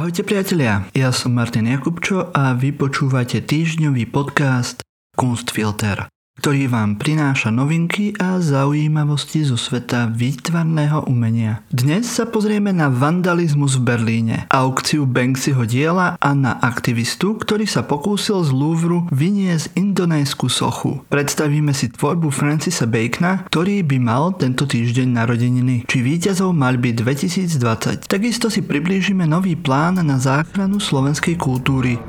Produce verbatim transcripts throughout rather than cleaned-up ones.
Ahojte priatelia, ja som Martin Jakubčo a vy počúvate týždňový podcast Kunstfilter, ktorý vám prináša novinky a zaujímavosti zo sveta výtvarného umenia. Dnes sa pozrieme na vandalizmus v Berlíne, aukciu Banksyho diela a na aktivistu, ktorý sa pokúsil z Louvru vyniesť indonésku sochu. Predstavíme si tvorbu Francisa Bacona, ktorý by mal tento týždeň narodeniny. Či víťazov maľby dvetisícdvadsať. Takisto si priblížime nový plán na záchranu slovenskej kultúry.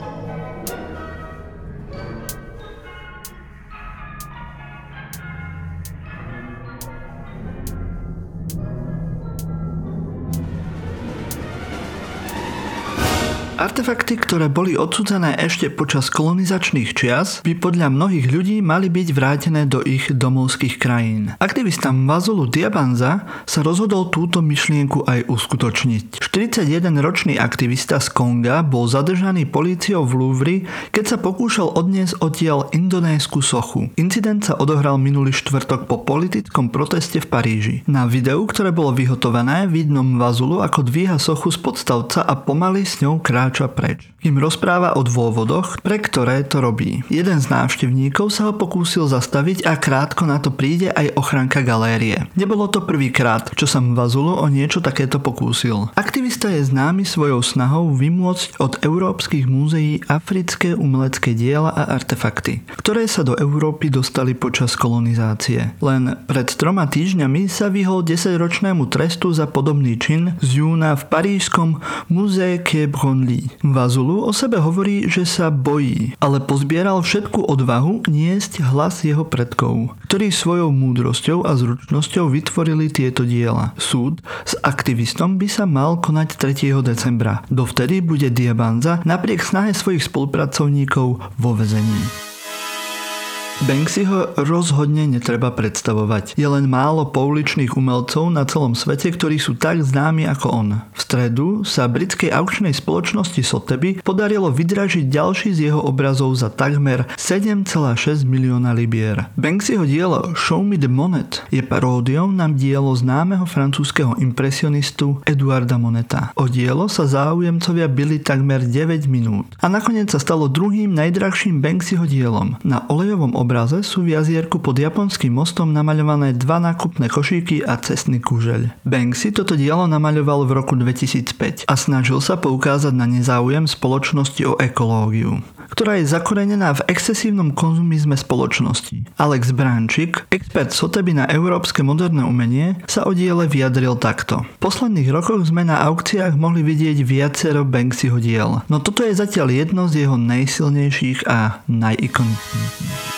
Artefakty, ktoré boli odsúdzané ešte počas kolonizačných čias, by podľa mnohých ľudí mali byť vrátené do ich domovských krajín. Aktivista Mwazulu Diabanza sa rozhodol túto myšlienku aj uskutočniť. štyridsaťjedenročný aktivista z Konga bol zadržaný políciou v Louvri, keď sa pokúšal odniesť odtiaľ indonésku sochu. Incident sa odohral minulý štvrtok po politickom proteste v Paríži. Na videu, ktoré bolo vyhotované, vidno Mwazulu, ako dvíha sochu z podstavca a pomaly s ňou kráča preč. Im rozpráva o dôvodoch, pre ktoré to robí. Jeden z návštevníkov sa ho pokúsil zastaviť a krátko na to príde aj ochranka galérie. Nebolo to prvýkrát, čo sa Mwazulu o niečo takéto pokúsil. Aktivista je známy svojou snahou vymôcť od európskych múzeí africké umelecké diela a artefakty, ktoré sa do Európy dostali počas kolonizácie. Len pred troma týždňami sa vyhol desaťročnému trestu za podobný čin z júna v parížskom Musée Quai Branly. Mwazulu o sebe hovorí, že sa bojí, ale pozbieral všetku odvahu niesť hlas jeho predkov, ktorí svojou múdrosťou a zručnosťou vytvorili tieto diela. Súd s aktivistom by sa mal konať tretieho decembra. Dovtedy bude Diabanza napriek snahe svojich spolupracovníkov vo väzení. Banksyho rozhodne netreba predstavovať. Je len málo pouličných umelcov na celom svete, ktorí sú tak známi ako on. V stredu sa britskej aukčnej spoločnosti Sotheby podarilo vydražiť ďalší z jeho obrazov za takmer sedem celá šesť milióna libier. Banksyho dielo Show Me the Monet je paródiou na dielo známeho francúzskeho impresionistu Eduarda Moneta. O dielo sa záujemcovia bili takmer deväť minút. A nakoniec sa stalo druhým najdrahším Banksyho dielom. Na olejovom obraze obraze sú v jazierku pod japonským mostom namaľované dva nákupné košíky a cestný kúžeľ. Banksy toto dielo namaľoval v roku dvetisícpäť a snažil sa poukázať na nezáujem spoločnosti o ekológiu, ktorá je zakorenená v excesívnom konzumizme spoločnosti. Alex Brančík, expert Sotheby na európske moderné umenie, sa o diele vyjadril takto. V posledných rokoch sme na aukciách mohli vidieť viacero Banksyho diel, no toto je zatiaľ jedno z jeho najsilnejších a najikonickejších.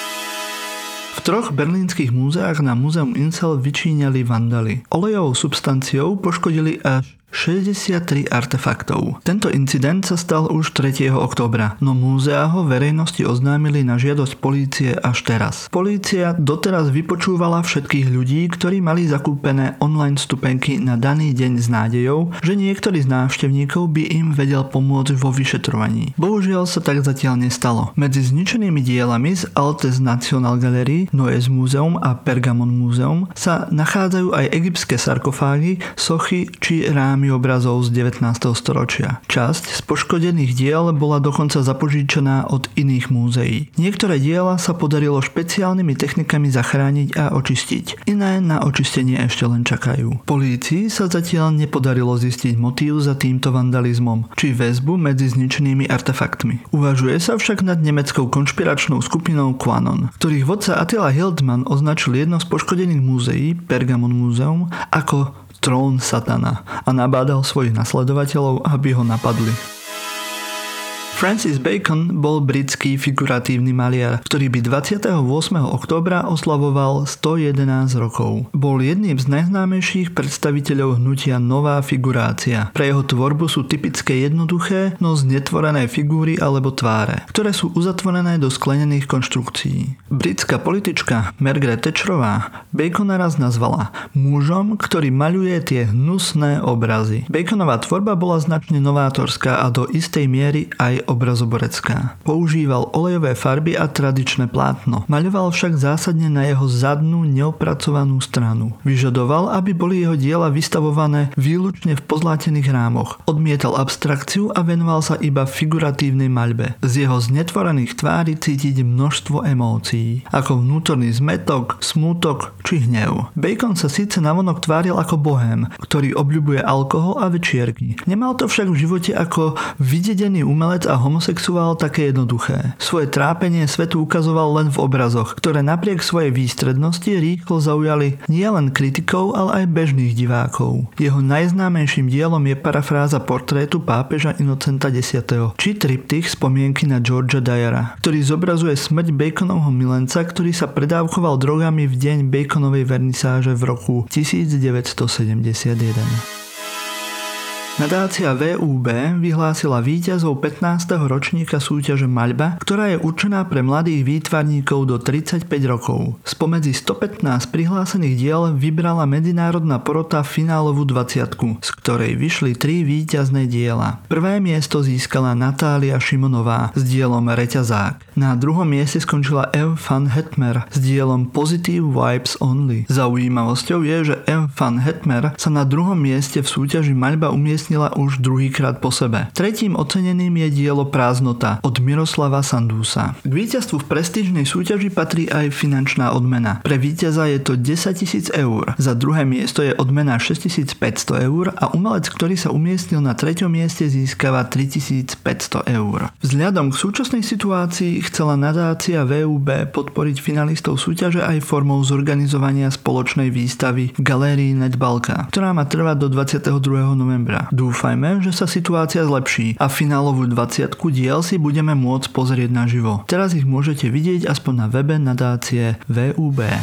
V troch berlínskych múzeách na Múzeum Insel vyčíňali vandali. Olejovou substanciou poškodili až šesťdesiattri artefaktov. Tento incident sa stal už tretieho októbra, no múzea ho verejnosti oznámili na žiadosť polície až teraz. Polícia doteraz vypočúvala všetkých ľudí, ktorí mali zakúpené online vstupenky na daný deň s nádejou, že niektorý z návštevníkov by im vedel pomôcť vo vyšetrovaní. Bohužiaľ sa tak zatiaľ nestalo. Medzi zničenými dielami z Altes National Gallery, Neues Museum a Pergamon Museum sa nachádzajú aj egyptské sarkofágy, sochy či rámy obrazov z devätnásteho storočia. Časť z poškodených diel bola dokonca zapožičaná od iných múzeí. Niektoré diela sa podarilo špeciálnymi technikami zachrániť a očistiť. Iné na očistenie ešte len čakajú. Polícii sa zatiaľ nepodarilo zistiť motív za týmto vandalizmom, či väzbu medzi zničenými artefaktmi. Uvažuje sa však nad nemeckou konšpiračnou skupinou QAnon, ktorých vodca Attila Hildmann označil jedno z poškodených múzeí, Pergamon Museum, ako trón satana a nabádal svojich nasledovateľov, aby ho napadli. Francis Bacon bol britský figuratívny maliar, ktorý by dvadsiateho ôsmeho októbra oslavoval stojedenásť rokov. Bol jedným z najznámejších predstaviteľov hnutia nová figurácia. Pre jeho tvorbu sú typické jednoduché, no znetvorené figúry alebo tváre, ktoré sú uzatvorené do sklenených konštrukcií. Britská politička Margaret Thatcherová Bacona raz nazvala mužom, ktorý maľuje tie hnusné obrazy. Baconová tvorba bola značne novátorská a do istej miery aj obrazoborecká. Používal olejové farby a tradičné plátno. Maľoval však zásadne na jeho zadnú neopracovanú stranu. Vyžadoval, aby boli jeho diela vystavované výlučne v pozlátených rámoch. Odmietal abstrakciu a venoval sa iba figuratívnej maľbe. Z jeho znetvorených tvári cítiť množstvo emócií, ako vnútorný zmätok, smútok či hnev. Bacon sa síce navonok tváril ako bohém, ktorý obľubuje alkohol a večierky. Nemal to však v živote ako vydedený umelec a homosexuál také jednoduché. Svoje trápenie svetu ukazoval len v obrazoch, ktoré napriek svojej výstrednosti rýchlo zaujali nielen kritikov, ale aj bežných divákov. Jeho najznámejším dielom je parafráza portrétu pápeža Innocenta X, či triptych Spomienky na Georgea Dyera, ktorý zobrazuje smrť Baconovho milenca, ktorý sa predávkoval drogami v deň Baconovej vernisáže v roku devätnásťstosedemdesiatjeden. Nadácia vé ú bé vyhlásila víťazov pätnásteho ročníka súťaže Maľba, ktorá je určená pre mladých výtvarníkov do tridsaťpäť rokov. Spomedzi stopätnásť prihlásených diel vybrala medzinárodná porota finálovú dvadsiatku, z ktorej vyšli tri víťazné diela. Prvé miesto získala Natália Šimonová s dielom Reťazák. Na druhom mieste skončila Em van Hetmer s dielom Positive Vibes Only. Zaujímavosťou je, že Em van Hetmer sa na druhom mieste v súťaži Maľba umiestnila už druhýkrát po sebe. Tretím oceneným je dielo Prázdnota od Miroslava Sandúsa. K víťazstvu v prestížnej súťaži patrí aj finančná odmena. Pre víťaza je to desaťtisíc eur. Za druhé miesto je odmena šesťtisícpäťsto eur a umelec, ktorý sa umiestnil na treťom mieste, získava tritisícpäťsto eur. Vzhľadom k súčasnej situácii chcela nadácia vé ú bé podporiť finalistov súťaže aj formou zorganizovania spoločnej výstavy v galérii Nedbalka, ktorá má trvať do dvadsiateho druhého novembra. Dúfajme, že sa situácia zlepší a finálovú dvadsiatku diel si budeme môcť pozrieť naživo. Teraz ich môžete vidieť aspoň na webe nadácie vé ú bé.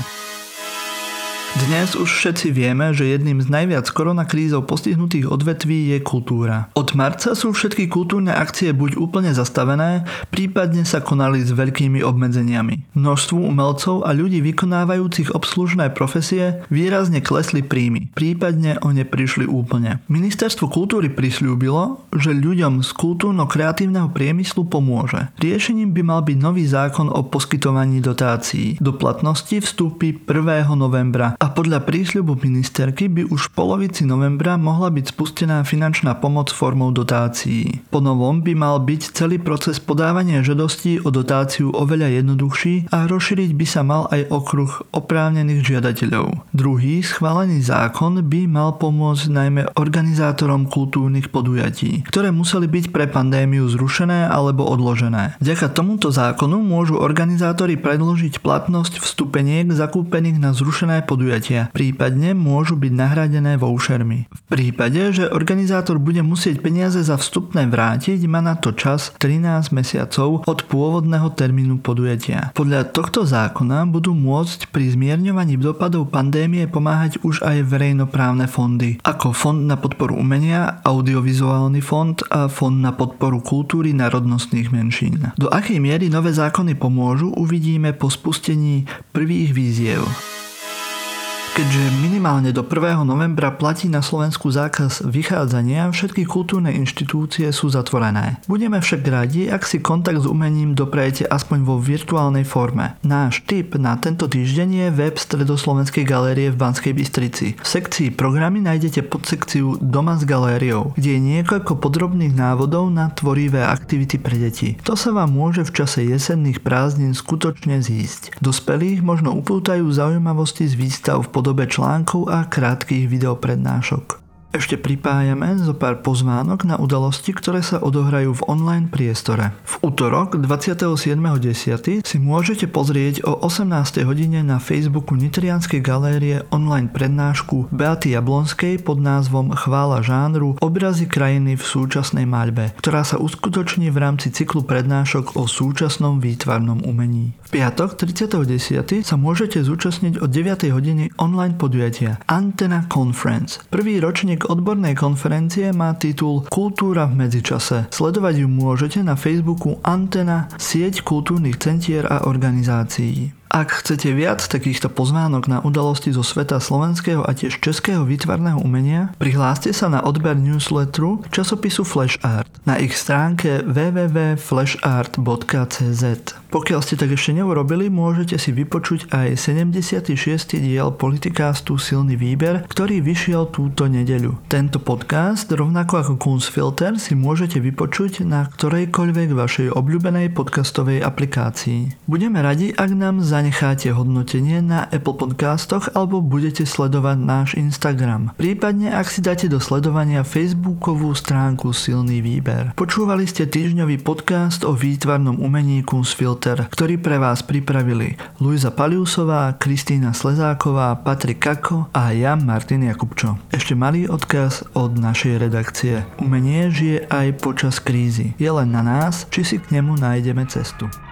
Dnes už všetci vieme, že jedným z najviac koronakrízou postihnutých odvetví je kultúra. Od marca sú všetky kultúrne akcie buď úplne zastavené, prípadne sa konali s veľkými obmedzeniami. Množstvu umelcov a ľudí vykonávajúcich obslužné profesie výrazne klesli príjmy, prípadne o ne prišli úplne. Ministerstvo kultúry prisľúbilo, že ľuďom z kultúrno-kreatívneho priemyslu pomôže. Riešením by mal byť nový zákon o poskytovaní dotácií. Do platnosti vstúpi prvého novembra a podľa prísľubu ministerky by už v polovici novembra mohla byť spustená finančná pomoc formou dotácií. Po novom by mal byť celý proces podávania žiadostí o dotáciu oveľa jednoduchší a rozšíriť by sa mal aj okruh oprávnených žiadateľov. Druhý schválený zákon by mal pomôcť najmä organizátorom kultúrnych podujatí, ktoré museli byť pre pandémiu zrušené alebo odložené. Vďaka tomuto zákonu môžu organizátori predĺžiť platnosť vstupeniek zakúpených na zrušené podujatia. Prípadne môžu byť nahradené vouchermi. V prípade, že organizátor bude musieť peniaze za vstupné vrátiť, má na to čas trinásť mesiacov od pôvodného termínu podujatia. Podľa tohto zákona budú môcť pri zmierňovaní dopadov pandémie pomáhať už aj verejnoprávne fondy, ako Fond na podporu umenia, Audiovizuálny fond a Fond na podporu kultúry národnostných menšín. Do akej miery nové zákony pomôžu, uvidíme po spustení prvých výziev. Keďže minimálne do prvého novembra platí na Slovensku zákaz vychádzania, všetky kultúrne inštitúcie sú zatvorené. Budeme však radi, ak si kontakt s umením doprajete aspoň vo virtuálnej forme. Náš tip na tento týždeň je web Stredoslovenskej galérie v Banskej Bystrici. V sekcii programy nájdete podsekciu Doma s galériou, kde je niekoľko podrobných návodov na tvorivé aktivity pre deti. To sa vám môže v čase jesenných prázdnin skutočne zísť. Dospelých možno upútajú zaujímavosti z výstav v podobe článkov a krátkych videoprednášok. Ešte pripájame zo pár pozvánok na udalosti, ktoré sa odohrajú v online priestore. V utorok dvadsiateho siedmeho desiateho si môžete pozrieť o osemnástej hodine na Facebooku Nitrianskej galérie online prednášku Beaty Jablonskej pod názvom Chvála žánru – obrazy krajiny v súčasnej maľbe, ktorá sa uskutoční v rámci cyklu prednášok o súčasnom výtvarnom umení. V piatok tridsiateho desiateho sa môžete zúčastniť od deviatej hodiny online podujatia Antenna Conference. Prvý ročník odbornej konferencie má titul Kultúra v medzičase. Sledovať ju môžete na Facebooku Antenna, sieť kultúrnych centier a organizácií. Ak chcete viac takýchto pozvánok na udalosti zo sveta slovenského a tiež českého výtvarného umenia, prihláste sa na odber newsletteru časopisu Flash Art na ich stránke w w w bodka flash art bodka c z. Pokiaľ ste tak ešte neurobili, môžete si vypočuť aj sedemdesiaty šiesty diel Politicastu Silný výber, ktorý vyšiel túto nedeľu. Tento podcast, rovnako ako Kunstfilter, si môžete vypočuť na ktorejkoľvek vašej obľúbenej podcastovej aplikácii. Budeme radi, ak nám zanecháte hodnotenie na Apple Podcastoch alebo budete sledovať náš Instagram. Prípadne, ak si dáte do sledovania Facebookovú stránku Silný výber. Počúvali ste týždňový podcast o výtvarnom umení Kunstfilter, ktorý pre vás pripravili Luisa Paliusová, Kristína Slezáková, Patrik Kako a ja, Martin Jakubčo. Ešte malý odkaz od našej redakcie. Umenie žije aj počas krízy. Je len na nás, či si k nemu nájdeme cestu.